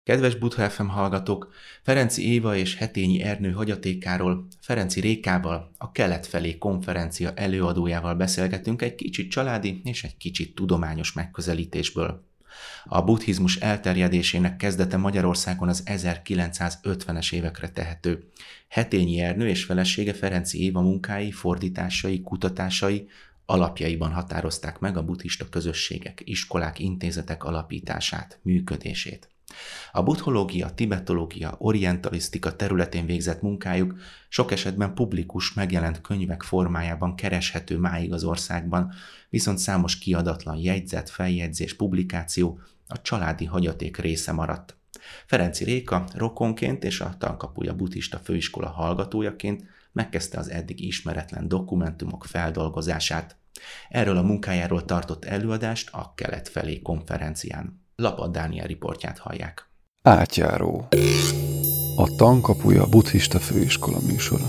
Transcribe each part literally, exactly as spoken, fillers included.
Kedves Buddha ef em hallgatók, Ferenczy Éva és Hetényi Ernő hagyatékáról Ferenczy Rékával, a Kelet felé konferencia előadójával beszélgetünk egy kicsit családi és egy kicsit tudományos megközelítésből. A buddhizmus elterjedésének kezdete Magyarországon az ezerkilencszázötvenes évekre tehető. Hetényi Ernő és felesége Ferenczy Éva munkái, fordításai, kutatásai alapjaiban határozták meg a buddhista közösségek, iskolák, intézetek alapítását, működését. A buddhológia, tibetológia, orientalisztika területén végzett munkájuk sok esetben publikus, megjelent könyvek formájában kereshető máig az országban, viszont számos kiadatlan jegyzet, feljegyzés, publikáció a családi hagyaték része maradt. Ferenczy Réka rokonként és a Tankapuja buddhista főiskola hallgatójaként megkezdte az eddig ismeretlen dokumentumok feldolgozását. Erről a munkájáról tartott előadást a Kelet felé konferencián. Lapad Dániel riportját hallják. Átjáró. A Tankapuja buddhista főiskola műsora.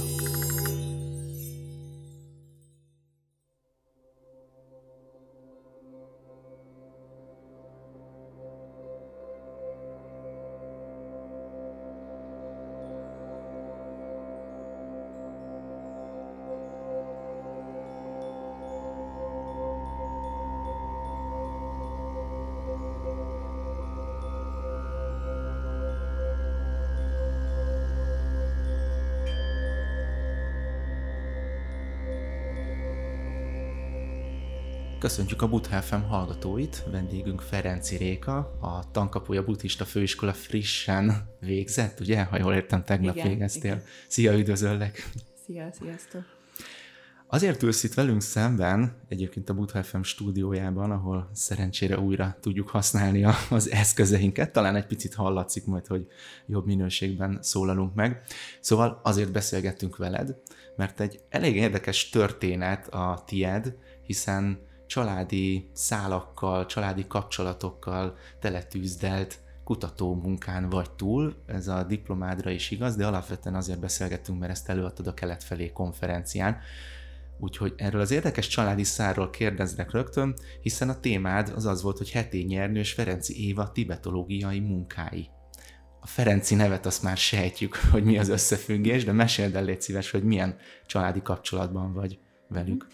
Köszöntjük a Buddha ef em hallgatóit, vendégünk Ferenczy Réka, a Tankapuja buddhista főiskola frissen végzett, ugye? Ha jól értem, tegnap igen, végeztél. Igen. Szia, üdvözöllek! Szia, sziasztok! Azért ülsz itt velünk szemben, egyébként a Buddha ef em stúdiójában, ahol szerencsére újra tudjuk használni az eszközeinket, talán egy picit hallatszik majd, hogy jobb minőségben szólalunk meg. Szóval azért beszélgettünk veled, mert egy elég érdekes történet a tied, hiszen családi szálakkal, családi kapcsolatokkal teletűzdelt kutatómunkán vagy túl, ez a diplomádra is igaz, de alapvetően azért beszélgettünk, mert ezt előadtad a Kelet felé konferencián. Úgyhogy erről az érdekes családi szálról kérdezlek rögtön, hiszen a témád az az volt, hogy Hetényi Ernő és Ferenczy Éva tibetológiai munkái. A Ferenczy nevet azt már sejtjük, hogy mi az összefüggés, de meséld el, légy szíves, hogy milyen családi kapcsolatban vagy velük.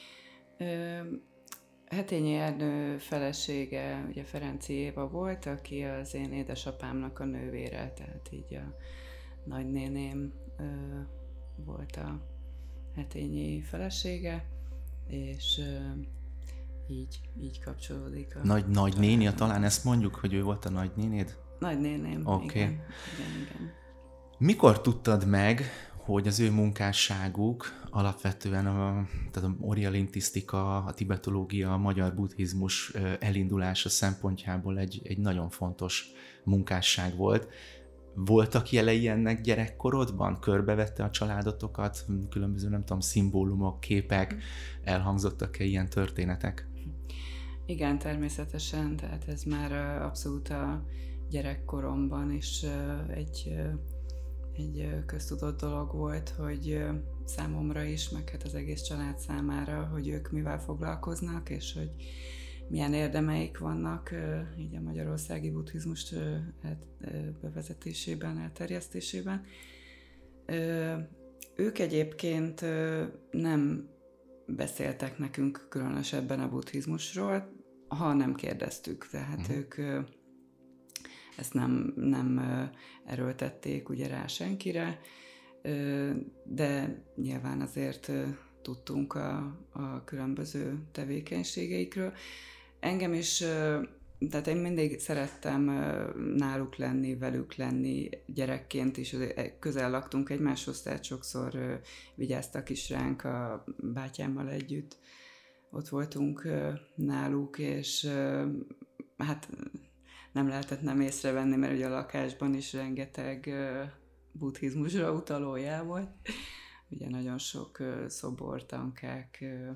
Ö- Hetényi Ernő felesége, ugye Ferenczy Éva volt, aki az én édesapámnak a nővére, tehát így a nagynéném ö, volt a Hetényi felesége, és ö, így, így kapcsolódik a... Nagy, nagynéni, talán ezt mondjuk, hogy ő volt a nagynénéd? Nagynéném, okay. igen, igen, igen. Mikor tudtad meg, hogy az ő munkásságuk alapvetően a, tehát a orientalisztika, a tibetológia, a magyar buddhizmus elindulása szempontjából egy, egy nagyon fontos munkásság volt. Voltak jelei ennek gyerekkorodban? Körbevette a családotokat? Különböző, nem tudom, szimbólumok, képek, elhangzottak-e ilyen történetek? Igen, természetesen, tehát ez már abszolút a gyerekkoromban is egy... egy köztudott dolog volt, hogy számomra is, meg hát az egész család számára, hogy ők mivel foglalkoznak, és hogy milyen érdemeik vannak így a magyarországi buddhizmus bevezetésében, elterjesztésében. Ők egyébként nem beszéltek nekünk különösebben a buddhizmusról, ha nem kérdeztük, tehát mm. ők ezt nem, nem erőltették ugye rá senkire, de nyilván azért tudtunk a, a különböző tevékenységeikről. Engem is, tehát én mindig szerettem náluk lenni, velük lenni, gyerekként is, közel laktunk egymáshoz, tehát sokszor vigyáztak is ránk a bátyámmal együtt. Ott voltunk náluk, és hát nem lehetett nem észrevenni, mert ugye a lakásban is rengeteg uh, buddhizmusra utaló jel volt. Ugye nagyon sok uh, szobor, tankák, uh,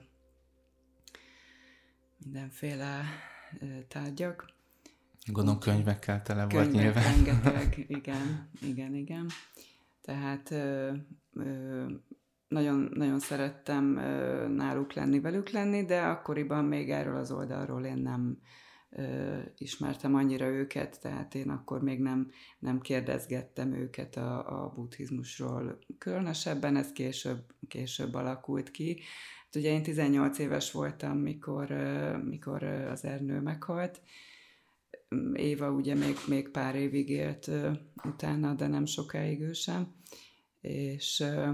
mindenféle uh, tárgyak. Gondolom könyvekkel tele volt Könyvek, nyilván. rengeteg, igen, igen, igen. Tehát uh, uh, nagyon, nagyon szerettem uh, náluk lenni, velük lenni, de akkoriban még erről az oldalról én nem ö, ismertem annyira őket, tehát én akkor még nem, nem kérdezgettem őket a, a buddhizmusról. Különösebben ez később, később alakult ki. Hát ugye én tizennyolc éves voltam, mikor, ö, mikor az Ernő meghalt. Éva ugye még, még pár évig élt ö, utána, de nem sokáig ő sem. És, ö,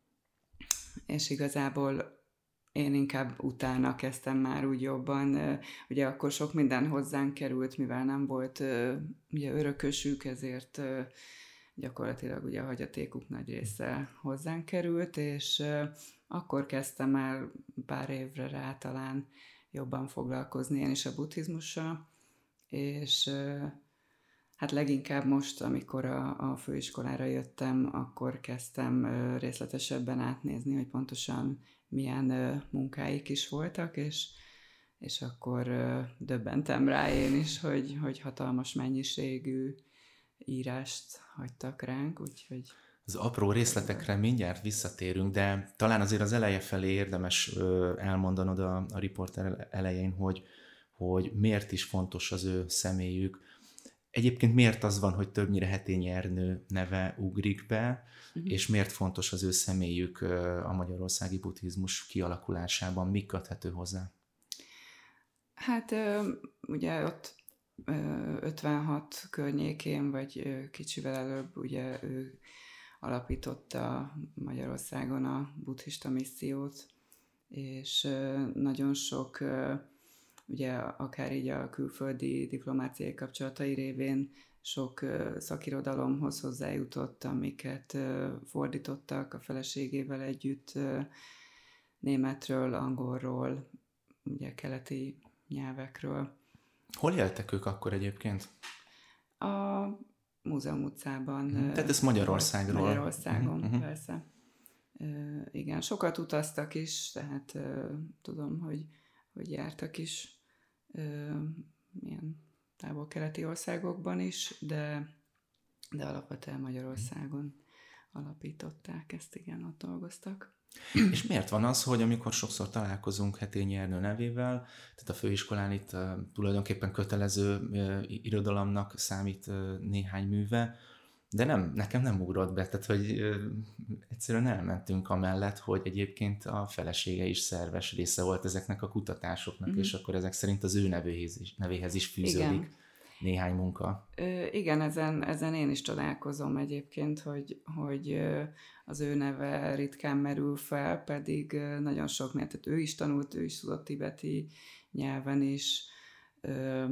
és igazából én inkább utána kezdtem már úgy jobban. Ugye akkor sok minden hozzánk került, mivel nem volt ugye örökösük, ezért gyakorlatilag ugye a hagyatékuk nagy része hozzánk került, és akkor kezdtem el pár évre rá talán jobban foglalkozni én is a buddhizmussal, és hát leginkább most, amikor a, a főiskolára jöttem, akkor kezdtem részletesebben átnézni, hogy pontosan milyen ö, munkáik is voltak, és, és akkor ö, döbbentem rá én is, hogy, hogy hatalmas mennyiségű írást hagytak ránk, úgyhogy... Az apró részletekre mindjárt visszatérünk, de talán azért az eleje felé érdemes ö, elmondanod a, a riporter elején, hogy, hogy miért is fontos az ő személyük. Egyébként miért az van, hogy többnyire Hetényi Ernő neve ugrik be, uh-huh. és miért fontos az ő személyük a magyarországi buddhizmus kialakulásában? Mi köthető hozzá? Hát ugye ott ötvenhat környékén, vagy kicsivel előbb ugye ő alapította Magyarországon a buddhista missziót, és nagyon sok, ugye akár így a külföldi diplomáciai kapcsolatai révén sok szakirodalomhoz hozzájutott, amiket fordítottak a feleségével együtt németről, angolról, ugye keleti nyelvekről. Hol éltek ők akkor egyébként? A Múzeum utcában. Hmm. Tehát ez Magyarországról. Magyarországon, uh-huh. persze. Uh, igen, sokat utaztak is, tehát uh, tudom, hogy, hogy jártak is uh, ilyen távol-keleti országokban is, de, de alapvetően Magyarországon alapították ezt, igen, ott dolgoztak. És miért van az, hogy amikor sokszor találkozunk Hetényi Ernő nevével, tehát a főiskolán itt uh, tulajdonképpen kötelező uh, irodalomnak számít uh, néhány műve, de nem, nekem nem ugrott be, tehát hogy uh, egyszerűen elmentünk amellett, hogy egyébként a felesége is szerves része volt ezeknek a kutatásoknak, mm-hmm. és akkor ezek szerint az ő nevéhez is, nevéhez is fűződik. Igen. Néhány munka. Ö, igen, ezen, ezen én is csodálkozom egyébként, hogy, hogy az ő neve ritkán merül fel, pedig nagyon sok, mert ő is tanult, ő is tudott tibeti nyelven is, ö,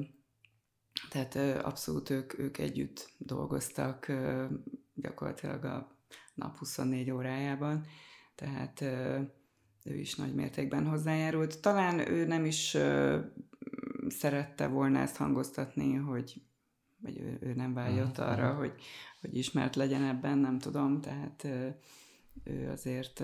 tehát abszolút ők, ők együtt dolgoztak ö, gyakorlatilag a nap huszonnégy órájában, tehát ö, ő is nagy mértékben hozzájárult. Talán ő nem is ö, szerette volna ezt hangoztatni, hogy vagy ő, ő nem vágyott uh-huh. arra, hogy, hogy ismert legyen ebben, nem tudom, tehát ő azért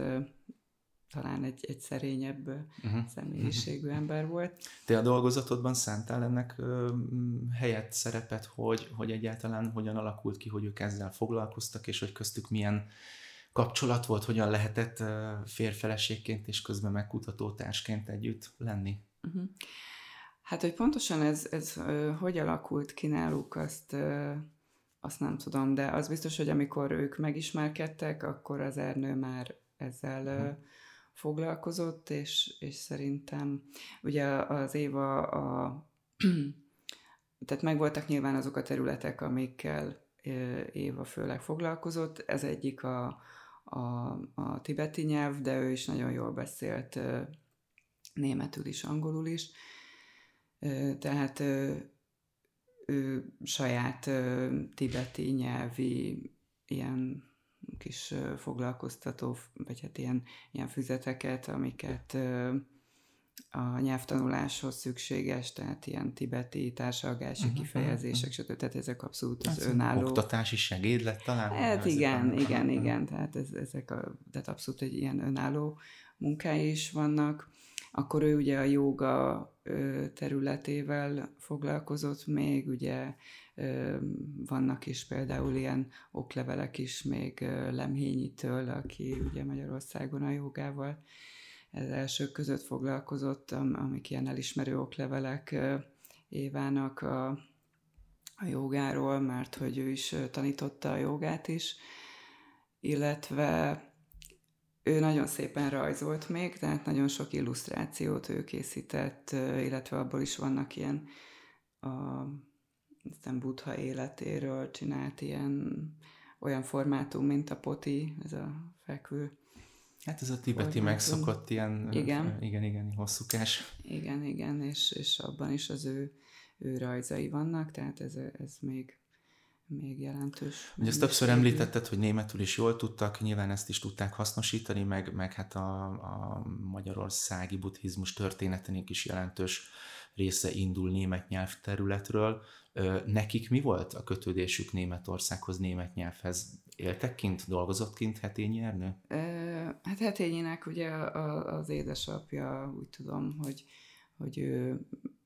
talán egy, egy szerényebb uh-huh. személyiségű ember volt. Te a dolgozatodban szántál ennek ö, helyet, szerepet, hogy, hogy egyáltalán hogyan alakult ki, hogy ők ezzel foglalkoztak, és hogy köztük milyen kapcsolat volt, hogyan lehetett férfeleségként és közben megkutatótársként együtt lenni? Uh-huh. Hát, hogy pontosan ez, ez hogy alakult ki náluk, azt, azt nem tudom, de az biztos, hogy amikor ők megismerkedtek, akkor az Ernő már ezzel hmm. foglalkozott, és, és szerintem ugye az Éva, a, tehát megvoltak nyilván azok a területek, amikkel Éva főleg foglalkozott. Ez egyik a, a, a tibeti nyelv, de ő is nagyon jól beszélt németül is, angolul is. Tehát ő, ő saját tibeti nyelvi ilyen kis foglalkoztató, vagy hát ilyen, ilyen füzeteket, amiket a nyelvtanuláshoz szükséges, tehát ilyen tibeti társalgási uh-huh, kifejezések, uh-huh. stb. Tehát ezek abszolút az hát, önálló... Oktatási segéd lett talán? Hát igen, igen, igen, igen, tehát ez, ezek a, tehát abszolút egy ilyen önálló munkái is vannak. Akkor ő ugye a jóga területével foglalkozott még, ugye vannak is például ilyen oklevelek is még Lemhényitől, aki ugye Magyarországon a jogával az elsők között foglalkozott, amik ilyen elismerő oklevelek Évának a, a jogáról, mert hogy ő is tanította a jogát is, illetve ő nagyon szépen rajzolt még, tehát nagyon sok illusztrációt ő készített, illetve abból is vannak ilyen a aztán Buddha életéről csinált ilyen olyan formátum, mint a poti, ez a fekvő. Hát ez a tibeti megszokott ilyen, igen, igen, igen, hosszúkás. Igen, igen, és, és abban is az ő, ő rajzai vannak, tehát ez, ez még, még jelentős. Ugye ezt többször említetted, hogy németül is jól tudtak, nyilván ezt is tudták hasznosítani, meg, meg hát a, a magyarországi buddhizmus történetének is jelentős része indul német nyelvterületről. Nekik mi volt a kötődésük Németországhoz, német nyelvhez? Éltek kint, dolgozott kint Hetényi Ernő? Hát Hetényinek ugye az édesapja, úgy tudom, hogy, hogy ő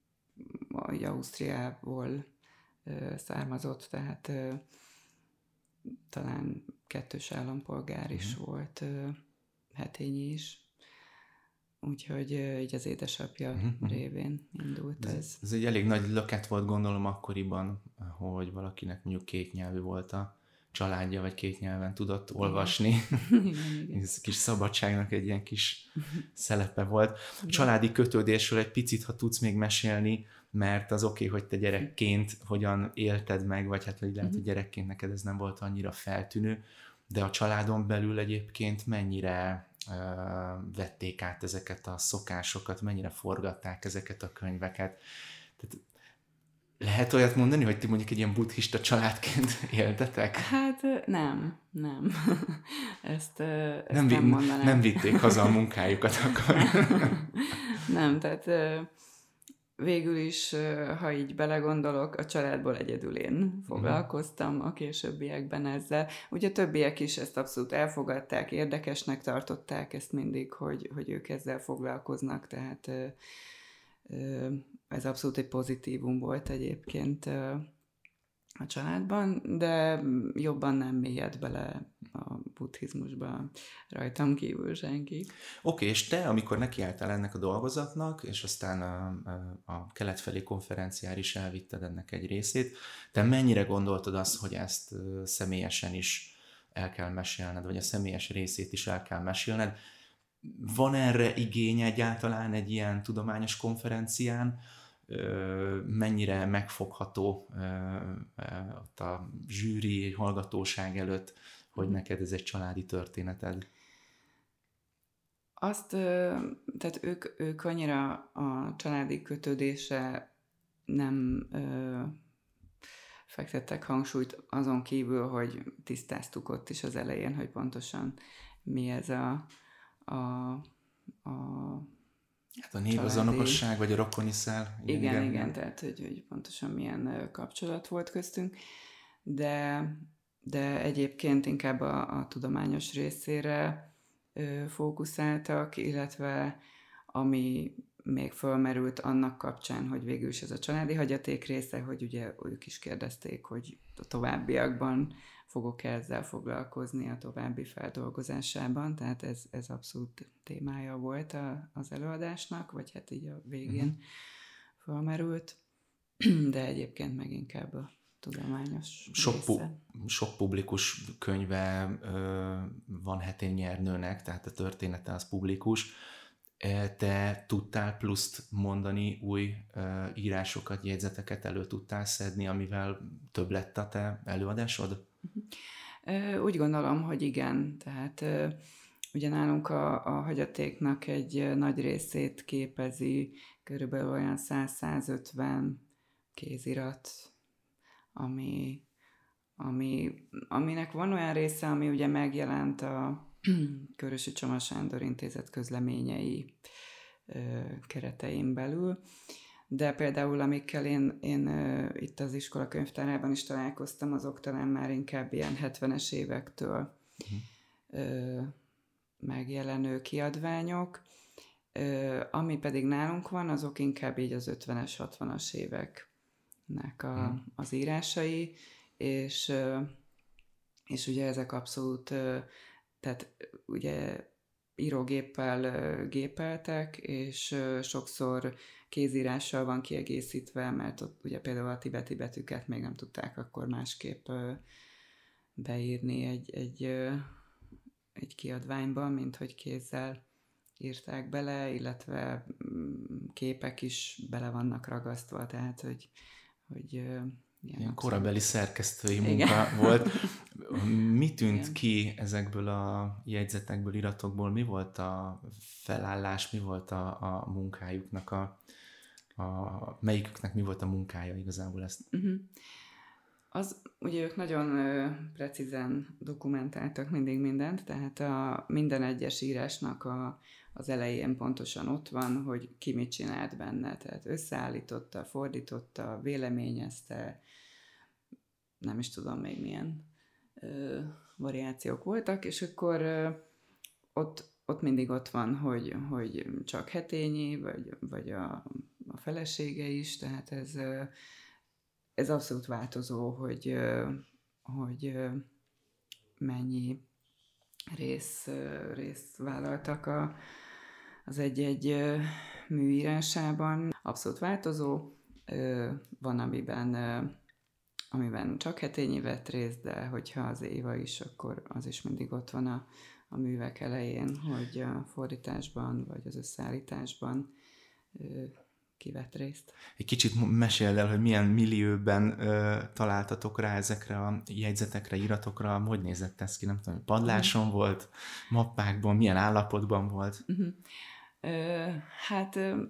Ausztriából származott, tehát talán kettős állampolgár is uh-huh. volt, Hetényi is. Úgyhogy így az édesapja uh-huh. révén indult ez. ez. Ez egy elég nagy löket volt, gondolom akkoriban, hogy valakinek mondjuk kétnyelvű volt a családja, vagy két nyelven tudott olvasni. Igen, igen. Ez kis szabadságnak egy ilyen kis szelepe volt. A családi kötődésről egy picit, ha tudsz még mesélni, mert az oké, okay, hogy te gyerekként hogyan élted meg, vagy hát hogy lehet, hogy gyerekként neked ez nem volt annyira feltűnő, de a családon belül egyébként mennyire uh, vették át ezeket a szokásokat, mennyire forgatták ezeket a könyveket. Tehát lehet olyat mondani, hogy ti mondjuk egy ilyen buddhista családként éltetek? Hát nem, nem. Ezt, ezt nem, nem mondanám. Nem vitték haza a munkájukat akkor. Nem, tehát végül is, ha így belegondolok, a családból egyedül én foglalkoztam a későbbiekben ezzel. Ugye a többiek is ezt abszolút elfogadták, érdekesnek tartották ezt mindig, hogy, hogy ők ezzel foglalkoznak, tehát ez abszolút egy pozitívum volt egyébként a családban, de jobban nem mélyed bele a buddhizmusba rajtam kívül senki. Oké, okay, és te, amikor nekiálltál ennek a dolgozatnak, és aztán a, a, a kelet felé konferenciára is elvitted ennek egy részét, te mennyire gondoltad azt, hogy ezt személyesen is el kell mesélned, vagy a személyes részét is el kell mesélned? Van erre igény egyáltalán egy ilyen tudományos konferencián? Mennyire megfogható ott a zsűri hallgatóság előtt, hogy neked ez egy családi történeted? Azt, tehát ők, ők annyira a családi kötődése nem ö, fektettek hangsúlyt azon kívül, hogy tisztáztuk ott is az elején, hogy pontosan mi ez a, a, a Hát a névazonosság, vagy a rokoni szál. Igen, igen, igen, tehát hogy, hogy pontosan milyen kapcsolat volt köztünk, de, de egyébként inkább a, a tudományos részére ö, fókuszáltak, illetve ami még fölmerült annak kapcsán, hogy végül is ez a családi hagyaték része, hogy ugye ők is kérdezték, hogy a továbbiakban fogok ezzel foglalkozni a további feldolgozásában, tehát ez, ez abszolút témája volt a, az előadásnak, vagy hát így a végén uh-huh. fölmerült, de egyébként meg inkább a tudományos sok, része. pu- sok publikus könyve ö, van Hetényi Ernőnek, tehát a története az publikus. Te tudtál pluszt mondani, új ö, írásokat, jegyzeteket elő tudtál szedni, amivel több lett a te előadásod? Úgy gondolom, hogy igen. Tehát ugye nálunk a, a hagyatéknak egy nagy részét képezi körülbelül olyan száz-százötven kézirat, ami, ami, aminek van olyan része, ami ugye megjelent a Körösi Csoma Sándor Intézet közleményei keretein belül, de például amikkel én, én uh, itt az iskola könyvtárában is találkoztam, azok talán már inkább ilyen hetvenes évektől uh-huh. uh, megjelenő kiadványok, uh, ami pedig nálunk van, azok inkább így az ötvenes, hatvanas éveknek a, uh-huh. az írásai, és, uh, és ugye ezek abszolút, uh, tehát ugye írógéppel gépeltek, és sokszor kézírással van kiegészítve, mert ott ugye például a tibeti betűket még nem tudták akkor másképp beírni egy, egy, egy kiadványba, mint hogy kézzel írták bele, illetve képek is bele vannak ragasztva, tehát hogy, hogy ilyen, ilyen korabeli szerkesztői munka igen. volt. Mi tűnt igen. ki ezekből a jegyzetekből, iratokból? Mi volt a felállás, mi volt a, a munkájuknak, a, a, melyiküknek mi volt a munkája igazából ezt? Uh-huh. Az, ugye ők nagyon ö, precízen dokumentáltak mindig mindent, tehát a minden egyes írásnak a, az elején pontosan ott van, hogy ki mit csinált benne, tehát összeállította, fordította, véleményezte, nem is tudom még milyen ö, variációk voltak, és akkor ö, ott, ott mindig ott van, hogy, hogy csak Hetényi, vagy, vagy a, a felesége is, tehát ez... Ö, Ez abszolút változó, hogy, hogy mennyi rész, részt vállaltak a, az egy-egy műírásában. Abszolút változó. Van, amiben, amiben csak Hetényi vett részt, de hogyha az Éva is, akkor az is mindig ott van a, a művek elején, hogy a fordításban vagy az összeállításban kivett részt. Egy kicsit meséld el, hogy milyen millióben ö, találtatok rá ezekre a jegyzetekre, iratokra, hogy nézett ez ki, nem tudom, padláson uh-huh. volt, mappákban, milyen állapotban volt? Uh-huh. Ö, hát ö,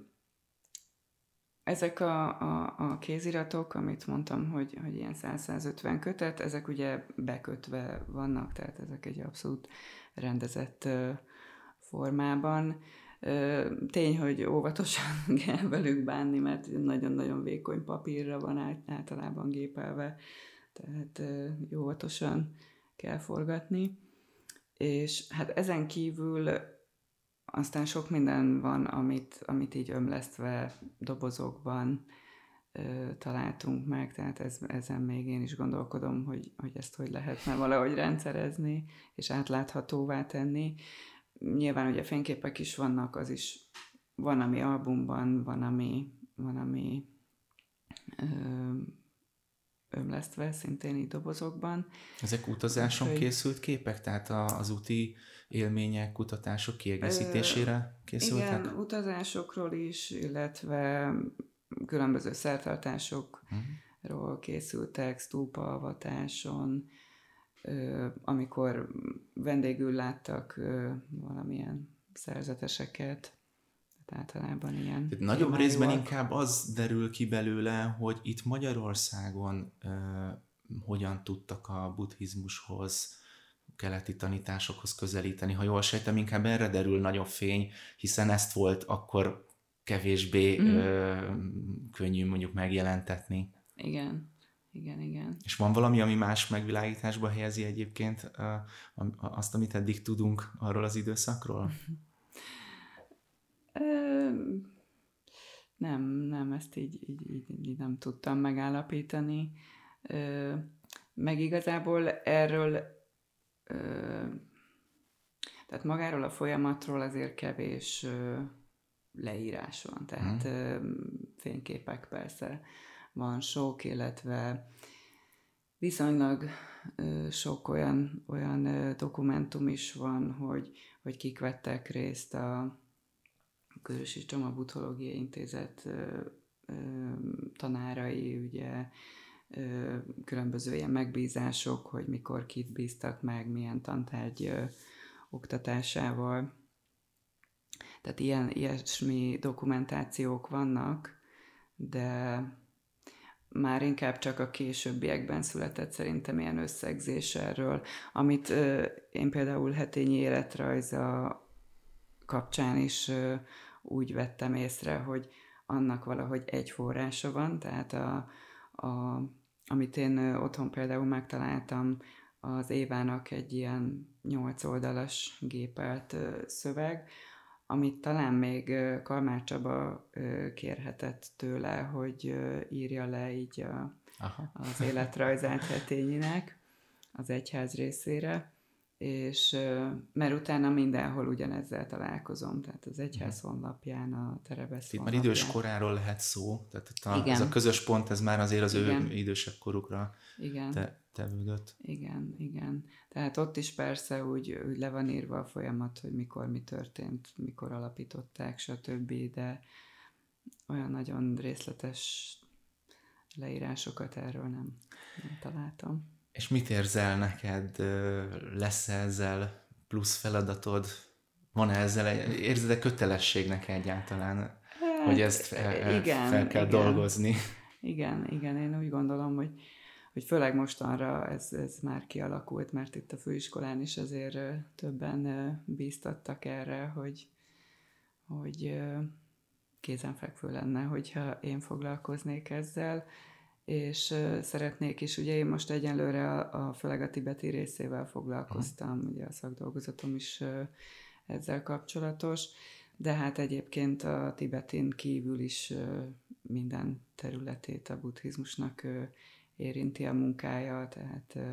ezek a, a, a kéziratok, amit mondtam, hogy, hogy ilyen száz-százötven kötet, ezek ugye bekötve vannak, tehát ezek egy abszolút rendezett ö, formában. Tény, hogy óvatosan kell velük bánni, mert nagyon-nagyon vékony papírra van általában gépelve, tehát óvatosan kell forgatni. És hát ezen kívül aztán sok minden van, amit, amit így ömlesztve dobozokban találtunk meg, tehát ez, ezen még én is gondolkodom, hogy, hogy ezt hogy lehetne valahogy rendszerezni, és átláthatóvá tenni. Nyilván ugye fényképek is vannak, az is van, ami albumban, van, ami, van, ami ö, ömlesztve, szintén így dobozokban. Ezek utazáson Úgy, készült képek? Tehát az úti élmények, kutatások kiegészítésére készültek? Igen, utazásokról is, illetve különböző szertartásokról hmm. készültek, sztúpaavatáson, amikor vendégül láttak valamilyen szerzeteseket, tehát általában ilyen. Tehát nagyobb részben inkább az derül ki belőle, hogy itt Magyarországon uh, hogyan tudtak a buddhizmushoz, keleti tanításokhoz közelíteni. Ha jól sejtem, inkább erre derül nagyobb fény, hiszen ezt volt akkor kevésbé mm. uh, könnyű mondjuk megjelentetni. Igen. Igen, igen. És van valami, ami más megvilágításba helyezi egyébként azt, amit eddig tudunk arról az időszakról? nem, nem, ezt így, így, így, így nem tudtam megállapítani. Meg igazából erről, tehát magáról a folyamatról azért kevés leírás van, tehát hmm. fényképek persze van sok, illetve viszonylag ö, sok olyan, olyan ö, dokumentum is van, hogy, hogy kik vettek részt a Körösi Csoma Buddhológiai Intézet ö, ö, tanárai, ugye ö, különböző ilyen megbízások, hogy mikor kit bíztak meg, milyen tantárgy ö, oktatásával. Tehát ilyen, ilyesmi dokumentációk vannak, de már inkább csak a későbbiekben született szerintem ilyen összegzés erről, amit ö, én például Hetényi életrajza kapcsán is ö, úgy vettem észre, hogy annak valahogy egy forrása van, tehát a, a, amit én ö, otthon például megtaláltam, az Évának egy ilyen nyolc oldalas gépelt ö, szöveg, amit talán még Kalmár Csaba kérhetett tőle, hogy írja le így a, az életrajzát Hetényinek az egyház részére, és mert utána mindenhol ugyanezzel találkozom, tehát az egyház honlapján, a Terebesz Itt honlapján. már idős koráról lehet szó, tehát a, ez a közös pont, ez már azért az igen. ő idősebb korukra igen. Te, tevődött. Igen, igen. Tehát ott is persze úgy, úgy le van írva a folyamat, hogy mikor mi történt, mikor alapították, stb., de olyan nagyon részletes leírásokat erről nem, nem találtam. És mit érzel neked? Lesz ezzel plusz feladatod? Van-e ezzel, érzed-e kötelességnek egyáltalán, hát, hogy ezt fel, igen, fel kell igen. dolgozni? Igen, igen, én úgy gondolom, hogy, hogy főleg mostanra ez, ez már kialakult, mert itt a főiskolán is azért többen bíztattak erre, hogy, hogy kézenfekvő lenne, hogyha én foglalkoznék ezzel, és uh, szeretnék is, ugye én most egyenlőre a, a főleg a tibeti részével foglalkoztam, uh-huh. ugye a szakdolgozatom is uh, ezzel kapcsolatos, de hát egyébként a tibetin kívül is uh, minden területét a buddhizmusnak uh, érinti a munkája, tehát uh,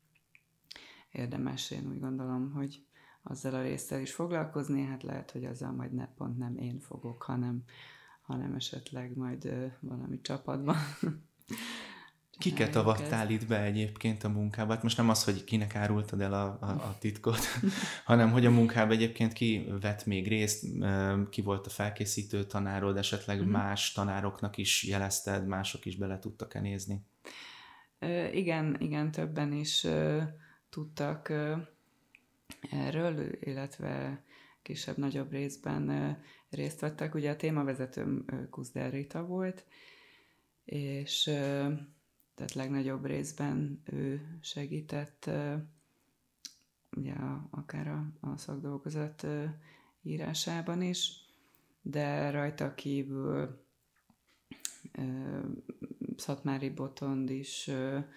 érdemes, én úgy gondolom, hogy azzal a résszel is foglalkozni, hát lehet, hogy azzal majd ne, pont nem én fogok, hanem, hanem esetleg majd uh, valami csapatban. Kiket avattál itt be egyébként a munkába? Hát most nem az, hogy kinek árultad el a, a, a titkot, hanem hogy a munkába egyébként ki vett még részt, ki volt a felkészítő tanárod, esetleg mm-hmm. más tanároknak is jelezted, mások is bele tudtak-e nézni? Uh, igen, igen, többen is uh, tudtak uh, erről, illetve kisebb-nagyobb részben uh, részt vettek. Ugye a témavezetőm uh, Kuzdel Rita volt, és tehát legnagyobb részben ő segített, ugye akár a, a szakdolgozat írásában is, de rajta kívül Szatmári Botond is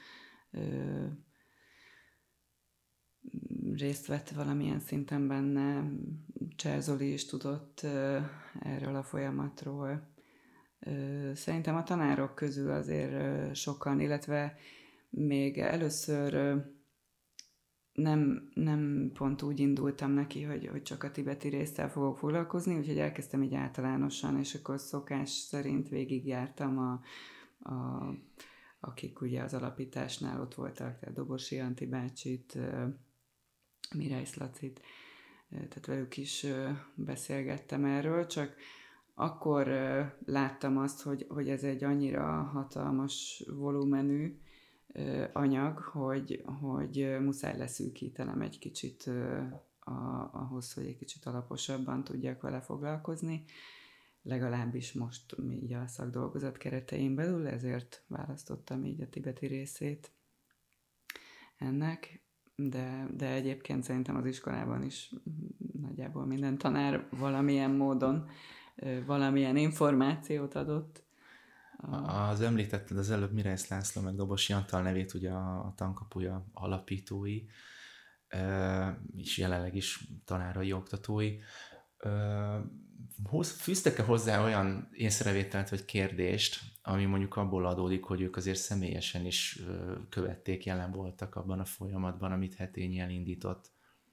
részt vett valamilyen szinten benne, Cserzoli is tudott erről a folyamatról. Szerintem a tanárok közül azért sokan, illetve még először nem, nem pont úgy indultam neki, hogy, hogy csak a tibeti résszel fogok foglalkozni, úgyhogy elkezdtem így általánosan, és akkor szokás szerint végigjártam, a, a, akik ugye az alapításnál ott voltak, tehát Dobosi Anti bácsit, Mirály Lacit, tehát velük is beszélgettem erről, csak akkor uh, láttam azt, hogy, hogy ez egy annyira hatalmas volumenű uh, anyag, hogy, hogy uh, muszáj leszűkítenem egy kicsit uh, a, ahhoz, hogy egy kicsit alaposabban tudjak vele foglalkozni. Legalábbis most így a szakdolgozat keretein belül, ezért választottam így a tibeti részét ennek, de, de egyébként szerintem az iskolában is nagyjából minden tanár valamilyen módon valamilyen információt adott. Az említetted az előbb Mirály László meg Dobosi Antal nevét, ugye a, a Tankapuja alapítói, és jelenleg is tanárai, oktatói. Fűztek-e hozzá olyan észrevételt vagy kérdést, ami mondjuk abból adódik, hogy ők azért személyesen is követték, jelen voltak abban a folyamatban, amit Hetényi elindított?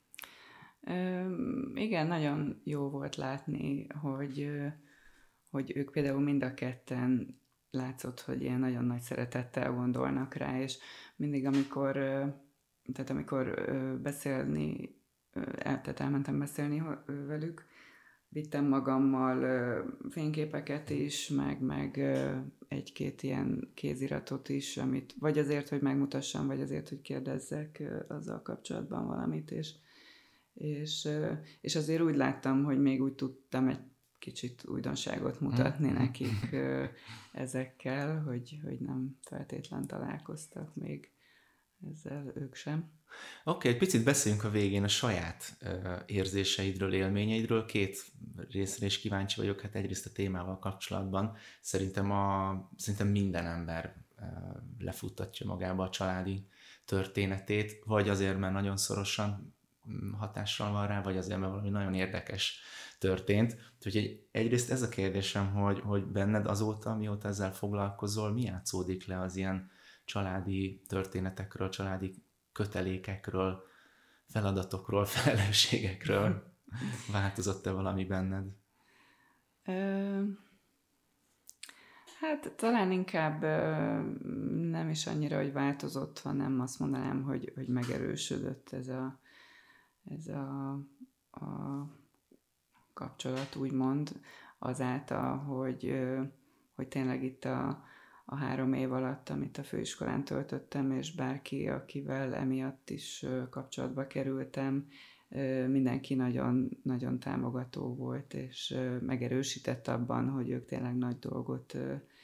Igen, nagyon jó volt látni, hogy, hogy ők például mind a ketten látszott, hogy ilyen nagyon nagy szeretettel gondolnak rá, és mindig, amikor, tehát amikor beszélni, tehát elmentem beszélni velük, vittem magammal fényképeket is, meg, meg egy-két ilyen kéziratot is, amit vagy azért, hogy megmutassam, vagy azért, hogy kérdezzek azzal kapcsolatban valamit, és És, és azért úgy láttam, hogy még úgy tudtam egy kicsit újdonságot mutatni nekik ezekkel, hogy, hogy nem feltétlen találkoztak még ezzel ők sem. Oké, okay, egy picit beszéljünk a végén a saját érzéseidről, élményeidről. Két részre is kíváncsi vagyok, hát egyrészt a témával kapcsolatban. Szerintem, a, szerintem minden ember lefuttatja magába a családi történetét, vagy azért, mert nagyon szorosan hatással van rá, vagy azért, mert valami nagyon érdekes történt. Úgyhogy egyrészt ez a kérdésem, hogy, hogy benned azóta, mióta ezzel foglalkozol, mi játszódik le az ilyen családi történetekről, családi kötelékekről, feladatokról, felelősségekről? Változott-e valami benned? Ö, hát talán inkább ö, nem is annyira, hogy változott, hanem azt mondanám, hogy, hogy megerősödött ez a, ez a, a kapcsolat, úgymond, azáltal, hogy, ö, hogy tényleg itt a, a három év alatt, amit a főiskolán töltöttem, és bárki, akivel emiatt is ö, kapcsolatba kerültem, mindenki nagyon, nagyon támogató volt, és megerősített abban, hogy ők tényleg nagy dolgot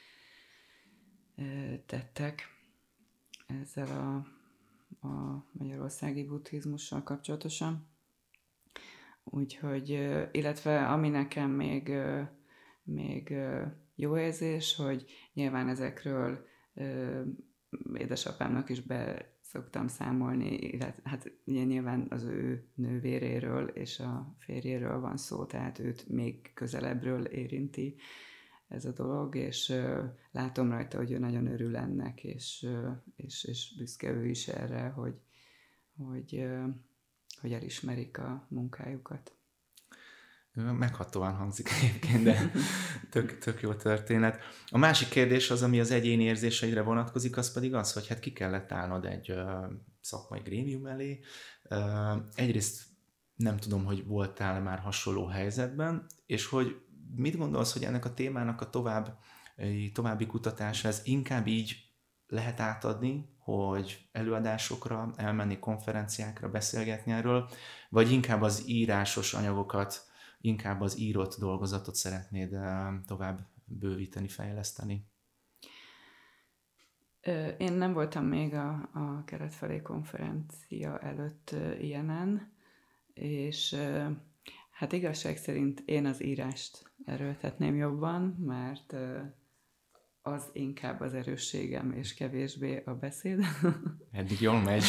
tettek ezzel a, a magyarországi buddhizmussal kapcsolatosan. Úgyhogy, illetve ami nekem még, még jó érzés, hogy nyilván ezekről édesapámnak is be szoktam számolni, illetve hát ugye nyilván az ő nővéréről és a férjéről van szó, tehát őt még közelebbről érinti ez a dolog, és uh, látom rajta, hogy ő nagyon örül ennek, és, uh, és, és büszke ő is erre, hogy, hogy, uh, hogy elismerik a munkájukat. Meghatóan hangzik egyébként, de tök, tök jó történet. A másik kérdés az, ami az egyéni érzéseidre vonatkozik, az pedig az, hogy hát ki kellett állnod egy uh, szakmai grémium elé. Uh, egyrészt nem tudom, hogy voltál már hasonló helyzetben, és hogy mit gondolsz, hogy ennek a témának a tovább, további kutatása, ez inkább így lehet átadni, hogy előadásokra, elmenni konferenciákra, beszélgetni erről, vagy inkább az írásos anyagokat, inkább az írott dolgozatot szeretnéd tovább bővíteni, fejleszteni? Én nem voltam még a, a Kelet-felé konferencia előtt ilyenen, és hát igazság szerint én az írást erőltetném jobban, mert az inkább az erősségem, és kevésbé a beszéd. Eddig jól megy.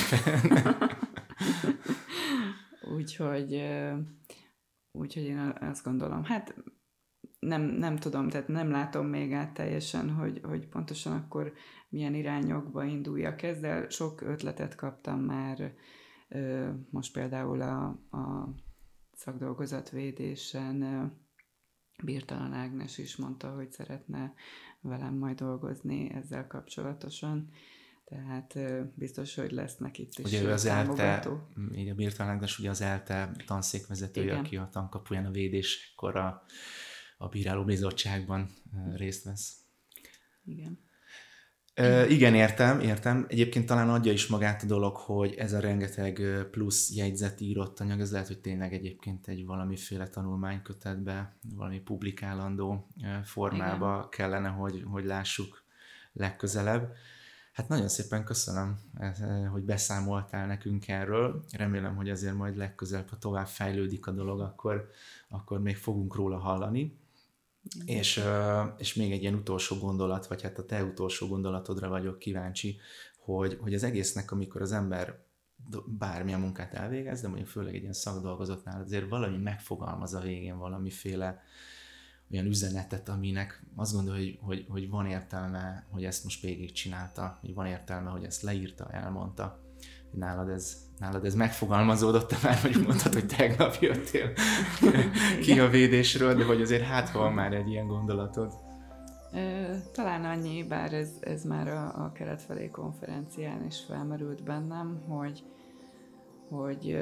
Úgyhogy, úgyhogy én azt gondolom, hát nem, nem tudom, tehát nem látom még át teljesen, hogy, hogy pontosan akkor milyen irányokba induljak ez, de sok ötletet kaptam már, most például a, a szakdolgozatvédésen Birtalan Ágnes is mondta, hogy szeretne velem majd dolgozni ezzel kapcsolatosan, tehát biztos, hogy lesznek itt is ugye az támogató. ELTE, így a Birtalan Ágnes ugye az ELTE tanszékvezetője, igen, aki a tankapuján a védéskor a, a bírálóbizottságban részt vesz. Igen. Uh, igen, értem, értem. Egyébként talán adja is magát a dolog, hogy ez a rengeteg plusz jegyzet írott anyag, ez lehet, hogy tényleg egyébként egy valamiféle tanulmánykötetbe, valami publikálandó formába igen, kellene, hogy, hogy lássuk legközelebb. Hát nagyon szépen köszönöm, hogy beszámoltál nekünk erről. Remélem, hogy azért majd legközelebb, ha tovább fejlődik a dolog, akkor, akkor még fogunk róla hallani. És, és még egy ilyen utolsó gondolat, vagy hát a te utolsó gondolatodra vagyok kíváncsi, hogy, hogy az egésznek, amikor az ember bármilyen munkát elvégez, de mondjuk főleg egy ilyen szakdolgozatnál azért valami megfogalmaz a végén valamiféle olyan üzenetet, aminek azt gondolja, hogy, hogy, hogy van értelme, hogy ezt most végig csinálta, hogy van értelme, hogy ezt leírta, elmondta. Nálad ez, nálad ez megfogalmazódott már, hogy mondtad, hogy tegnap jöttél ki a védésről, de hogy azért hát van már egy ilyen gondolatod. Talán annyi, bár ez, ez már a, a Kelet-felé konferencián is felmerült bennem, hogy, hogy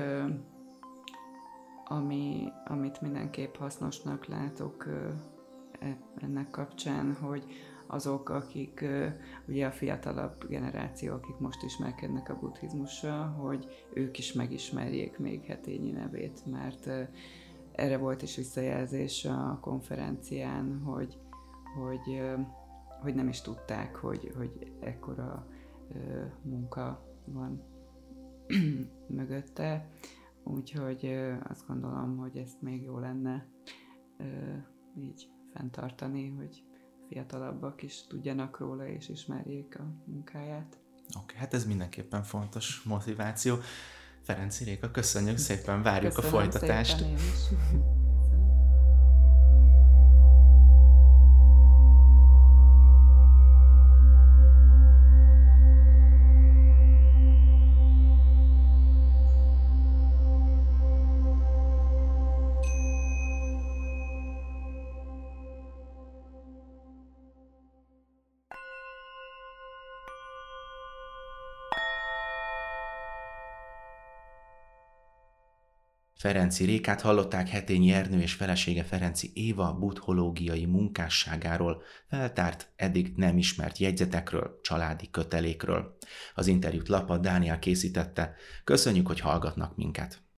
ami, amit mindenképp hasznosnak látok ennek kapcsán, hogy azok, akik ugye a fiatalabb generáció, akik most ismerkednek a buddhizmussal, hogy ők is megismerjék még Hetényi nevét, mert erre volt is visszajelzés a konferencián, hogy, hogy, hogy nem is tudták, hogy, hogy ekkora munka van mögötte, úgyhogy azt gondolom, hogy ezt még jó lenne így fenntartani, hogy fiatalabbak is tudjanak róla és ismerjék a munkáját. Oké, okay, hát ez mindenképpen fontos motiváció. Ferenczy Réka, köszönjük szépen, várjuk Köszönöm a folytatást. Szépen én is. Ferenczy Rékát hallották, Hetényi Ernő és felesége Ferenczy Éva buddhológiai munkásságáról, feltárt, eddig nem ismert jegyzetekről, családi kötelékről. Az interjút Lapa Dániel készítette. Köszönjük, hogy hallgatnak minket!